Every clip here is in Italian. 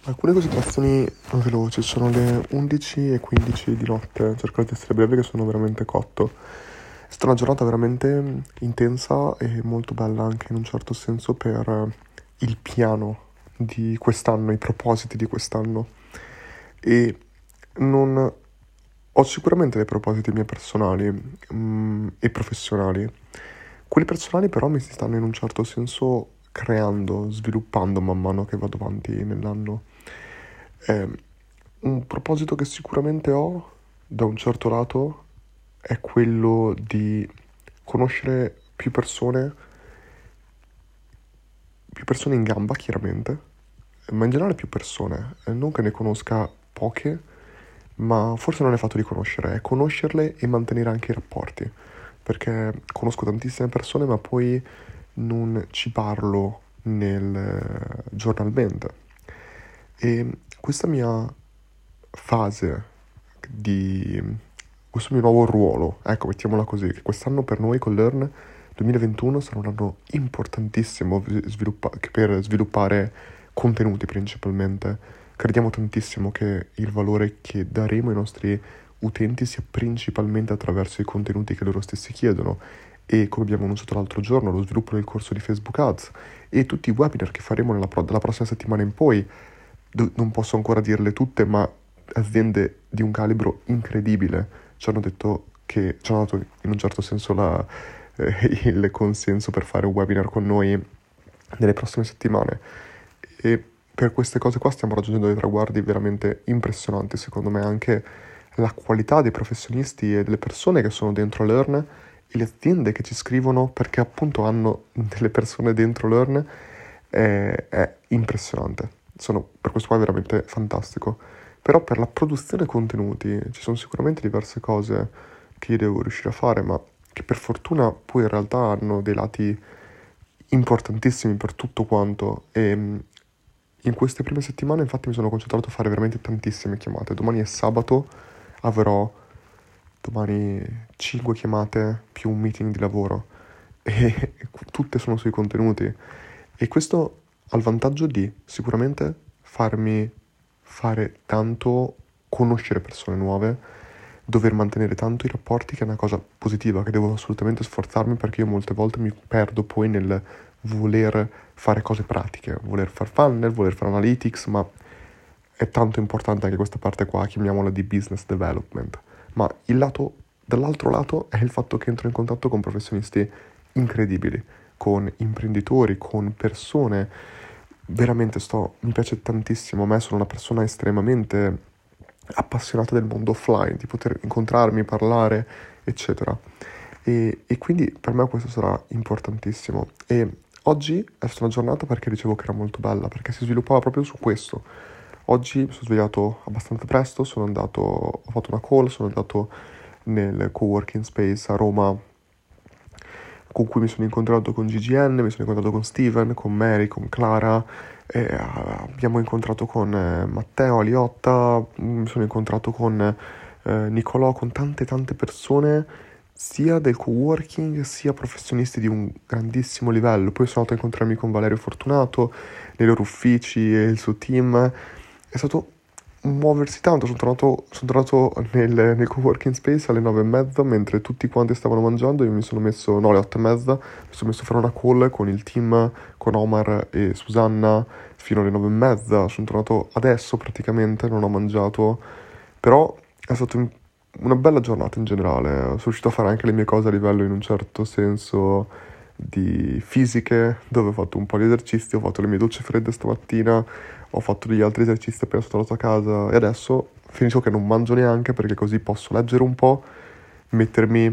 Alcune considerazioni veloci, sono le 11:15 di notte, cercherò di essere breve che sono veramente cotto. È stata una giornata veramente intensa e molto bella anche in un certo senso per il piano di quest'anno, i propositi di quest'anno. E non ho sicuramente dei propositi miei personali e professionali. Quelli personali però mi si stanno in un certo senso creando, sviluppando man mano che vado avanti nell'anno. Eh, un proposito che sicuramente ho da un certo lato è quello di conoscere più persone in gamba, chiaramente, ma in generale più persone. Non che ne conosca poche, ma forse non è fatto di conoscere, è conoscerle e mantenere anche i rapporti. Perché conosco tantissime persone, ma poi non ci parlo giornalmente. E questa mia fase di questo mio nuovo ruolo, ecco, mettiamola così, che quest'anno per noi con Learn 2021 sarà un anno importantissimo per sviluppare contenuti principalmente. Crediamo tantissimo che il valore che daremo ai nostri utenti sia principalmente attraverso i contenuti che loro stessi chiedono e, come abbiamo annunciato l'altro giorno, lo sviluppo del corso di Facebook Ads e tutti i webinar che faremo dalla prossima settimana in poi. Non posso ancora dirle tutte, ma aziende di un calibro incredibile ci hanno dato in un certo senso il consenso per fare un webinar con noi nelle prossime settimane. E per queste cose qua stiamo raggiungendo dei traguardi veramente impressionanti, secondo me, anche la qualità dei professionisti e delle persone che sono dentro Learn e le aziende che ci scrivono perché appunto hanno delle persone dentro Learn è impressionante. Per questo qua è veramente fantastico. Però per la produzione contenuti ci sono sicuramente diverse cose che io devo riuscire a fare, ma che per fortuna poi in realtà hanno dei lati importantissimi per tutto quanto. E in queste prime settimane infatti mi sono concentrato a fare veramente tantissime chiamate. Domani è sabato, avrò domani 5 chiamate più un meeting di lavoro e tutte sono sui contenuti. E questo ha il vantaggio di sicuramente farmi fare tanto, conoscere persone nuove, dover mantenere tanto i rapporti, che è una cosa positiva, che devo assolutamente sforzarmi perché io molte volte mi perdo poi nel voler fare cose pratiche, voler far funnel, voler fare analytics, ma è tanto importante anche questa parte qua, chiamiamola di business development. Ma dall'altro lato è il fatto che entro in contatto con professionisti incredibili, con imprenditori, con persone. Veramente mi piace tantissimo. A me sono una persona estremamente appassionata del mondo offline, di poter incontrarmi, parlare, eccetera. E quindi per me questo sarà importantissimo. E oggi è stata una giornata perché dicevo che era molto bella, perché si sviluppava proprio su questo. Oggi mi sono svegliato abbastanza presto, ho fatto una call, sono andato nel coworking space a Roma con cui mi sono incontrato con GGN, mi sono incontrato con Steven, con Mary, con Clara, abbiamo incontrato con Matteo Aliotta, mi sono incontrato con Nicolò, con tante persone, sia del coworking sia professionisti di un grandissimo livello. Poi sono andato a incontrarmi con Valerio Fortunato nei loro uffici e il suo team. È stato muoversi tanto, sono tornato nel coworking space alle 9:30 mentre tutti quanti stavano mangiando, io mi sono messo, no, alle 8:30, mi sono messo a fare una call con il team, con Omar e Susanna fino alle 9:30, sono tornato adesso praticamente, non ho mangiato, però è stata una bella giornata in generale, sono riuscito a fare anche le mie cose a livello in un certo senso di fisiche, dove ho fatto un po' di esercizi, ho fatto le mie docce fredde stamattina, ho fatto degli altri esercizi appena sono tornato a casa e adesso finisco che non mangio neanche perché così posso leggere un po', mettermi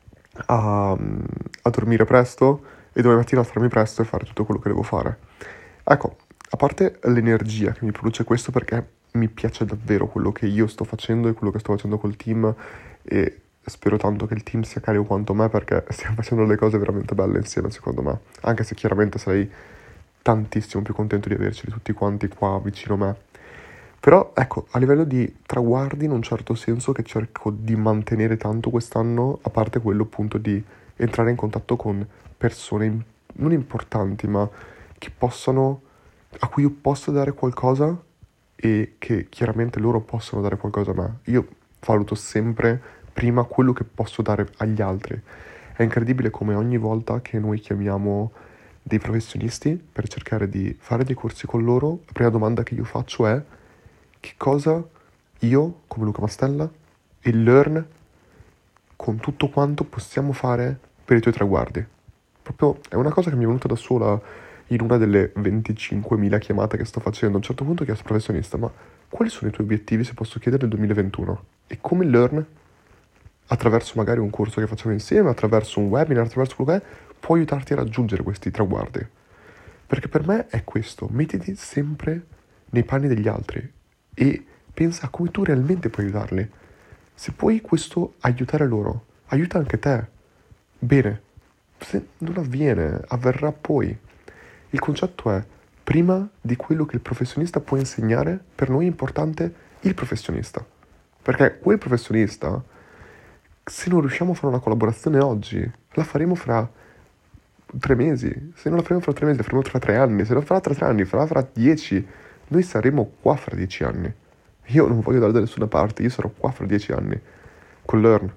a dormire presto e domani mattina alzarmi presto e fare tutto quello che devo fare. Ecco, a parte l'energia che mi produce questo perché mi piace davvero quello che io sto facendo e quello che sto facendo col team e spero tanto che il team sia carico quanto me perché stiamo facendo le cose veramente belle insieme secondo me, anche se chiaramente sarei tantissimo più contento di averceli tutti quanti qua vicino a me. Però ecco, a livello di traguardi in un certo senso che cerco di mantenere tanto quest'anno, a parte quello appunto di entrare in contatto con persone non importanti, ma che a cui io posso dare qualcosa e che chiaramente loro possono dare qualcosa a me. Io valuto sempre prima quello che posso dare agli altri. È incredibile come ogni volta che noi chiamiamo dei professionisti per cercare di fare dei corsi con loro, la prima domanda che io faccio è: che cosa io, come Luca Mastella, e Learn, con tutto quanto possiamo fare per i tuoi traguardi? Proprio è una cosa che mi è venuta da sola in una delle 25.000 chiamate che sto facendo. A un certo punto ho chiesto al professionista: ma quali sono i tuoi obiettivi, se posso chiedere, nel 2021? E come Learn, attraverso magari un corso che facciamo insieme, attraverso un webinar, attraverso quello che è, può aiutarti a raggiungere questi traguardi? Perché per me è questo: mettiti sempre nei panni degli altri e pensa a come tu realmente puoi aiutarli. Se puoi questo aiutare loro, aiuta anche te. Bene, se non avviene, avverrà poi. Il concetto è: prima di quello che il professionista può insegnare, per noi è importante il professionista. Perché quel professionista, se non riusciamo a fare una collaborazione oggi, la faremo fra 3 mesi. Se non la faremo fra 3 mesi, la faremo fra 3 anni. Se non farà tra 3 anni, farà fra 10. Noi saremo qua fra 10 anni. Io non voglio andare da nessuna parte, io sarò qua fra 10 anni con Learn.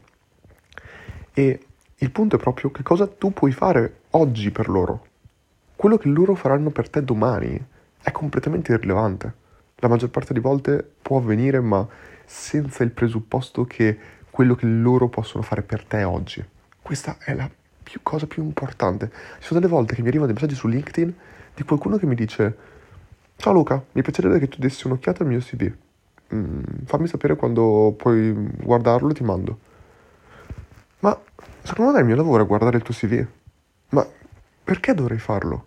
E il punto è proprio che cosa tu puoi fare oggi per loro. Quello che loro faranno per te domani è completamente irrilevante. La maggior parte di volte può avvenire, ma senza il presupposto che quello che loro possono fare per te oggi. Questa è la cosa più importante. Ci sono delle volte che mi arrivano dei messaggi su LinkedIn di qualcuno che mi dice: ciao Luca, mi piacerebbe che tu dessi un'occhiata al mio CV. Fammi sapere quando puoi guardarlo e ti mando. Ma secondo me il mio lavoro è guardare il tuo CV. Ma perché dovrei farlo?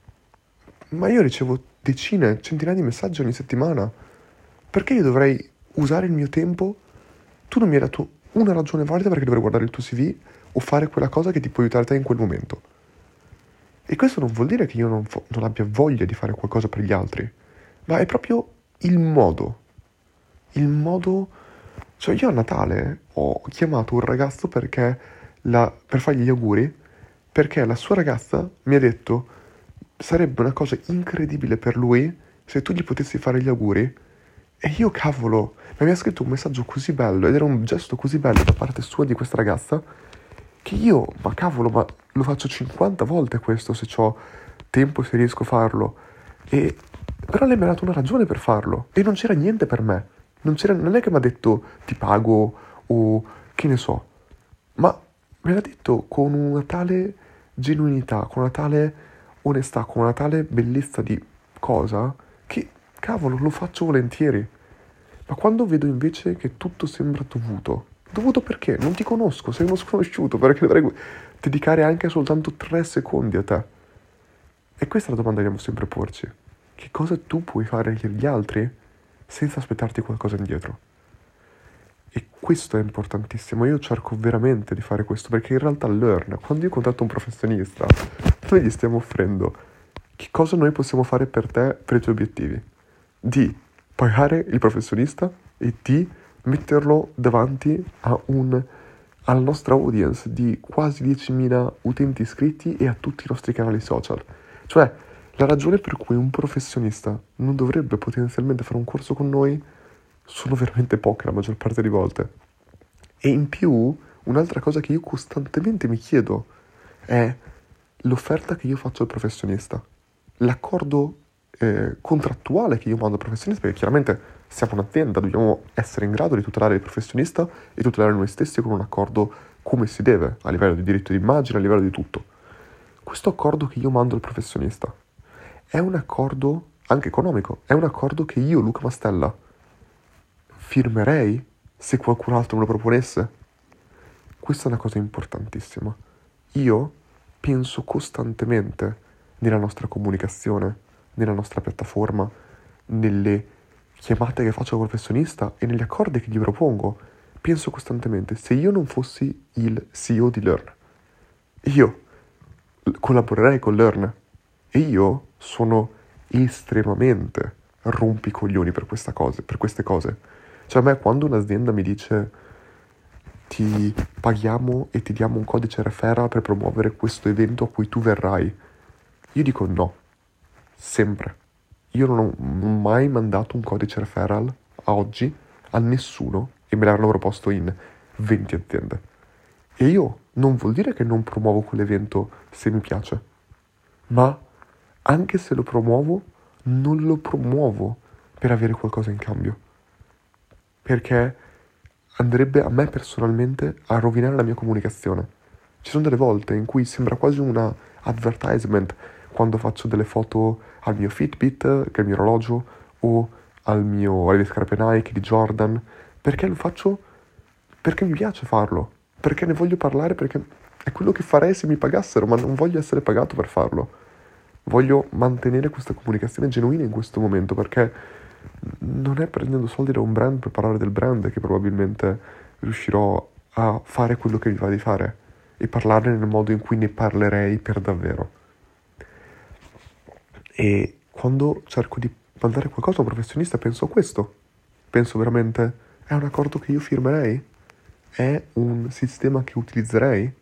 Ma io ricevo decine, centinaia di messaggi ogni settimana. Perché io dovrei usare il mio tempo? Tu non mi hai dato una ragione valida perché dovrei guardare il tuo CV o fare quella cosa che ti può aiutare te in quel momento. E questo non vuol dire che io non abbia voglia di fare qualcosa per gli altri, ma è proprio il modo. Il modo. Cioè, io a Natale ho chiamato un ragazzo per fargli gli auguri, perché la sua ragazza mi ha detto: sarebbe una cosa incredibile per lui se tu gli potessi fare gli auguri. E io, cavolo, mi ha scritto un messaggio così bello ed era un gesto così bello da parte sua, di questa ragazza, che io, ma cavolo, ma lo faccio 50 volte questo se ho tempo, se riesco a farlo. Però lei mi ha dato una ragione per farlo e non c'era niente per me. Non è che mi ha detto ti pago o che ne so, ma me l'ha detto con una tale genuinità, con una tale onestà, con una tale bellezza di cosa che, cavolo, lo faccio volentieri. Ma quando vedo invece che tutto sembra dovuto perché? Non ti conosco, sei uno sconosciuto, perché dovrei dedicare anche soltanto 3 secondi a te? E questa è la domanda che dobbiamo sempre porci. Che cosa tu puoi fare per gli altri senza aspettarti qualcosa indietro? E questo è importantissimo. Io cerco veramente di fare questo, perché in realtà Learn, quando io contatto un professionista, noi gli stiamo offrendo che cosa noi possiamo fare per te, per i tuoi obiettivi. Di pagare il professionista e di metterlo davanti alla nostra audience di quasi 10.000 utenti iscritti e a tutti i nostri canali social. Cioè, la ragione per cui un professionista non dovrebbe potenzialmente fare un corso con noi sono veramente poche la maggior parte di volte. E in più, un'altra cosa che io costantemente mi chiedo è l'offerta che io faccio al professionista. L'accordo contrattuale che io mando al professionista, perché chiaramente siamo un'azienda, dobbiamo essere in grado di tutelare il professionista e tutelare noi stessi con un accordo come si deve, a livello di diritto d'immagine, a livello di tutto. Questo accordo che io mando al professionista è un accordo anche economico, è un accordo che io, Luca Mastella, firmerei se qualcun altro me lo proponesse. Questa è una cosa importantissima. Io penso costantemente nella nostra comunicazione, nella nostra piattaforma, nelle chiamate che faccio al professionista e negli accordi che gli propongo. Penso costantemente: se io non fossi il CEO di Learn, io collaborerei con Learn e io sono estremamente rompicoglioni per queste cose. Cioè, a me, quando un'azienda mi dice ti paghiamo e ti diamo un codice referral per promuovere questo evento a cui tu verrai, io dico no, sempre. io non ho mai mandato un codice referral a oggi a nessuno e me l'hanno proposto in 20 aziende. E io non vuol dire che non promuovo quell'evento se mi piace, ma anche se lo promuovo, non lo promuovo per avere qualcosa in cambio, perché andrebbe a me personalmente a rovinare la mia comunicazione. Ci sono delle volte in cui sembra quasi una advertisement quando faccio delle foto al mio Fitbit, che è il mio orologio, o alle scarpe Nike di Jordan, perché lo faccio perché mi piace farlo, perché ne voglio parlare, perché è quello che farei se mi pagassero, ma non voglio essere pagato per farlo. Voglio mantenere questa comunicazione genuina in questo momento, perché non è prendendo soldi da un brand per parlare del brand che probabilmente riuscirò a fare quello che mi va di fare e parlarne nel modo in cui ne parlerei per davvero. E quando cerco di mandare qualcosa a un professionista penso a questo. Penso veramente, è un accordo che io firmerei? È un sistema che utilizzerei?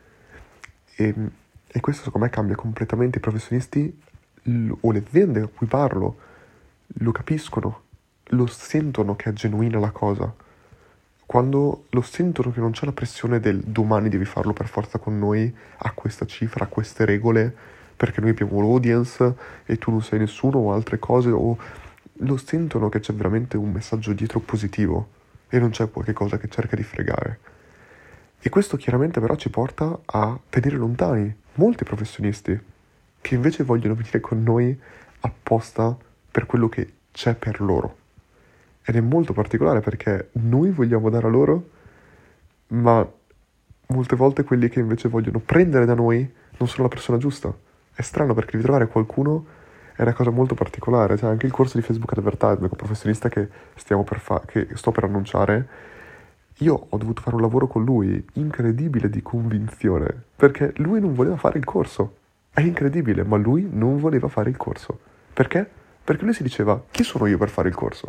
E questo secondo me cambia completamente. I professionisti o le aziende a cui parlo lo capiscono, lo sentono che è genuina la cosa. Quando lo sentono che non c'è la pressione del domani devi farlo per forza con noi, a questa cifra, a queste regole, perché noi abbiamo l'audience e tu non sei nessuno o altre cose, o lo sentono che c'è veramente un messaggio dietro positivo e non c'è qualche cosa che cerca di fregare. E questo chiaramente però ci porta a tenere lontani molti professionisti che invece vogliono venire con noi apposta per quello che c'è per loro. Ed è molto particolare perché noi vogliamo dare a loro, ma molte volte quelli che invece vogliono prendere da noi non sono la persona giusta. È strano perché ritrovare qualcuno è una cosa molto particolare. Cioè anche il corso di Facebook Advertising con il professionista che sto per annunciare, io ho dovuto fare un lavoro con lui incredibile di convinzione, perché lui non voleva fare il corso. È incredibile, ma lui non voleva fare il corso. Perché? Perché lui si diceva, chi sono io per fare il corso?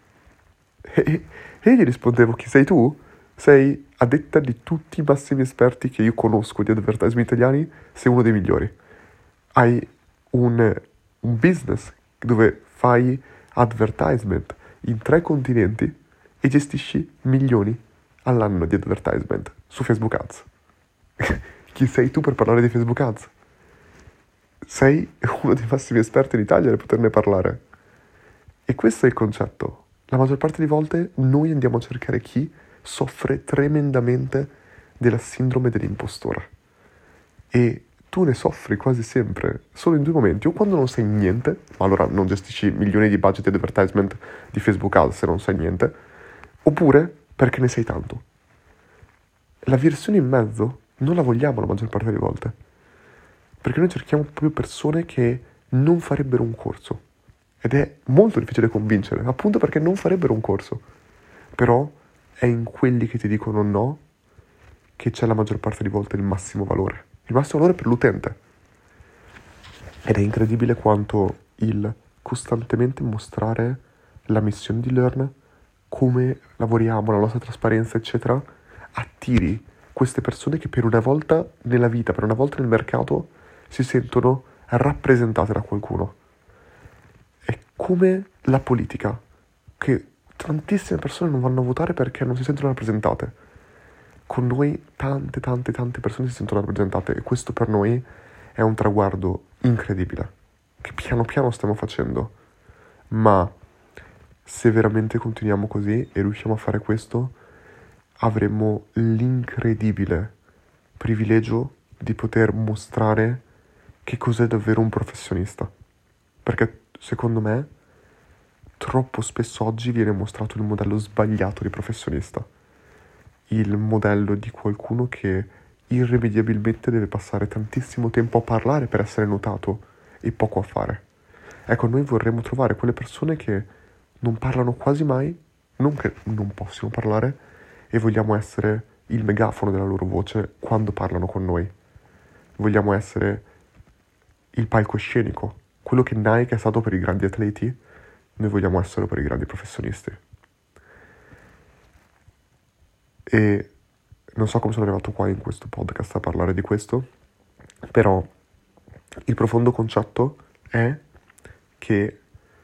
E io gli rispondevo, chi sei tu? Sei, a detta di tutti i massimi esperti che io conosco di advertising italiani, sei uno dei migliori. Hai un business dove fai advertisement in 3 continenti e gestisci milioni all'anno di advertisement su Facebook Ads. Chi sei tu per parlare di Facebook Ads? Sei uno dei massimi esperti in Italia per poterne parlare. E questo è il concetto. La maggior parte delle volte noi andiamo a cercare chi soffre tremendamente della sindrome dell'impostore. E tu ne soffri quasi sempre, solo in 2 momenti. O quando non sai niente, ma allora non gestisci milioni di budget di advertisement di Facebook Ads se non sai niente, oppure perché ne sai tanto. La versione in mezzo non la vogliamo la maggior parte delle volte, perché noi cerchiamo proprio persone che non farebbero un corso. Ed è molto difficile convincere, appunto perché non farebbero un corso. Però è in quelli che ti dicono no che c'è la maggior parte di volte il massimo valore. Il massimo valore per l'utente. Ed è incredibile quanto il costantemente mostrare la missione di Learn, come lavoriamo, la nostra trasparenza, eccetera, attiri queste persone che per una volta nella vita, per una volta nel mercato, si sentono rappresentate da qualcuno. È come la politica, che tantissime persone non vanno a votare perché non si sentono rappresentate. Con noi tante persone si sentono rappresentate e questo per noi è un traguardo incredibile, che piano piano stiamo facendo. Ma se veramente continuiamo così e riusciamo a fare questo, avremo l'incredibile privilegio di poter mostrare che cos'è davvero un professionista. Perché secondo me troppo spesso oggi viene mostrato il modello sbagliato di professionista. Il modello di qualcuno che irrimediabilmente deve passare tantissimo tempo a parlare per essere notato e poco a fare. Ecco, noi vorremmo trovare quelle persone che non parlano quasi mai, non che non possono parlare, e vogliamo essere il megafono della loro voce quando parlano con noi. Vogliamo essere il palcoscenico, quello che Nike è stato per i grandi atleti, noi vogliamo essere per i grandi professionisti. E non so come sono arrivato qua in questo podcast a parlare di questo, però il profondo concetto è che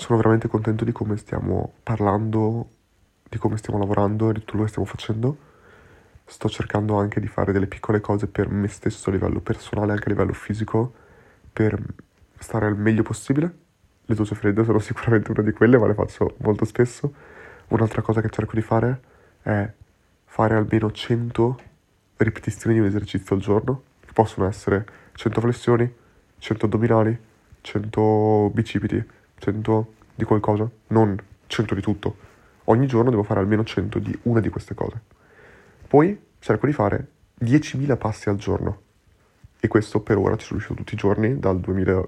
sono veramente contento di come stiamo parlando, di come stiamo lavorando e di tutto quello che stiamo facendo. Sto cercando anche di fare delle piccole cose per me stesso a livello personale, anche a livello fisico, per stare al meglio possibile. Le docce fredde sono sicuramente una di quelle, ma le faccio molto spesso. Un'altra cosa che cerco di fare è fare almeno 100 ripetizioni di un esercizio al giorno, che possono essere 100 flessioni, 100 addominali, 100 bicipiti, 100 di qualcosa, non 100 di tutto. Ogni giorno devo fare almeno 100 di una di queste cose. Poi cerco di fare 10.000 passi al giorno. E questo per ora ci sono riuscito tutti i giorni, dal 2000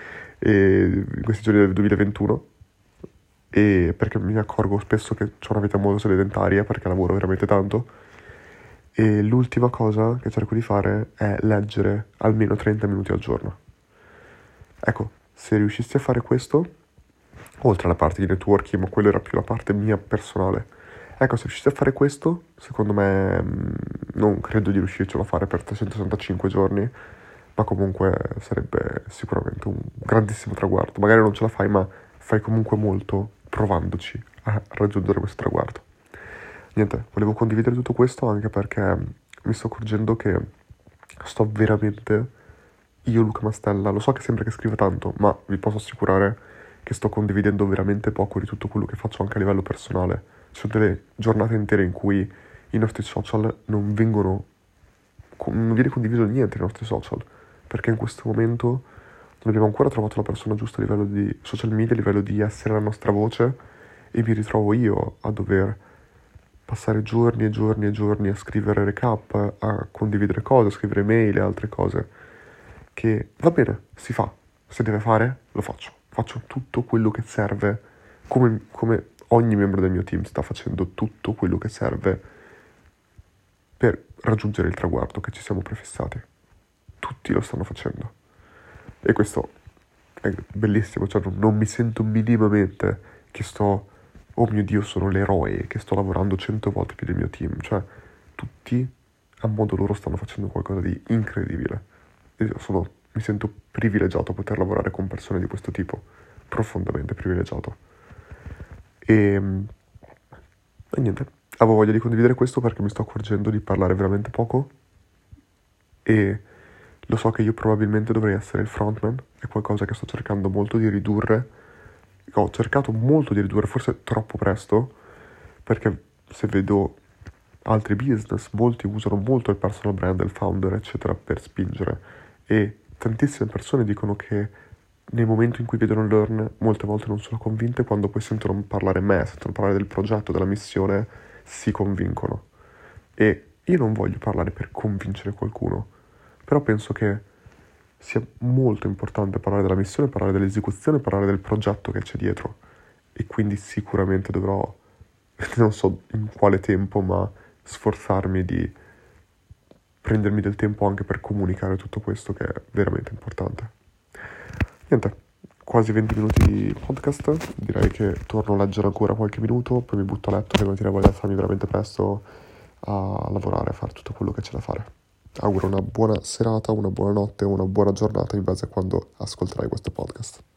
in questi giorni del 2021. E perché mi accorgo spesso che ho una vita molto sedentaria, perché lavoro veramente tanto. E l'ultima cosa che cerco di fare è leggere almeno 30 minuti al giorno. Ecco, se riuscissi a fare questo, oltre alla parte di networking, ma quello era più la parte mia personale. Ecco, se riuscissi a fare questo, secondo me non credo di riuscircelo a fare per 365 giorni, ma comunque sarebbe sicuramente un grandissimo traguardo. Magari non ce la fai, ma fai comunque molto provandoci a raggiungere questo traguardo. Niente, volevo condividere tutto questo anche perché mi sto accorgendo che sto veramente, io Luca Mastella, lo so che sembra che scriva tanto, ma vi posso assicurare che sto condividendo veramente poco di tutto quello che faccio anche a livello personale. Ci sono delle giornate intere in cui i nostri social non viene condiviso niente nei nostri social, perché in questo momento non abbiamo ancora trovato la persona giusta a livello di social media, a livello di essere la nostra voce, e mi ritrovo io a dover passare giorni e giorni e giorni a scrivere recap, a condividere cose, a scrivere mail e altre cose, che va bene, si fa, se deve fare, lo faccio. Faccio tutto quello che serve, come ogni membro del mio team sta facendo tutto quello che serve per raggiungere il traguardo che ci siamo prefissati. Tutti lo stanno facendo. E questo è bellissimo, cioè non mi sento minimamente che oh mio Dio, sono l'eroe, che sto lavorando 100 volte più del mio team. Cioè, tutti a modo loro stanno facendo qualcosa di incredibile. E mi sento privilegiato a poter lavorare con persone di questo tipo, profondamente privilegiato. E niente, avevo voglia di condividere questo perché mi sto accorgendo di parlare veramente poco e lo so che io probabilmente dovrei essere il frontman, è qualcosa che sto cercando molto di ridurre, ho cercato molto di ridurre, forse troppo presto, perché se vedo altri business, molti usano molto il personal brand, il founder, eccetera, per spingere, e tantissime persone dicono che nel momento in cui vedono Learn molte volte non sono convinte, quando poi sentono parlare sentono parlare del progetto, della missione, si convincono. E io non voglio parlare per convincere qualcuno, però penso che sia molto importante parlare della missione, parlare dell'esecuzione, parlare del progetto che c'è dietro. E quindi sicuramente dovrò, non so in quale tempo, ma sforzarmi di prendermi del tempo anche per comunicare tutto questo, che è veramente importante. Niente, quasi 20 minuti di podcast, direi che torno a leggere ancora qualche minuto, poi mi butto a letto, che mattina voglio alzarmi veramente presto a lavorare, a fare tutto quello che c'è da fare. Auguro una buona serata, una buona notte, una buona giornata in base a quando ascolterai questo podcast.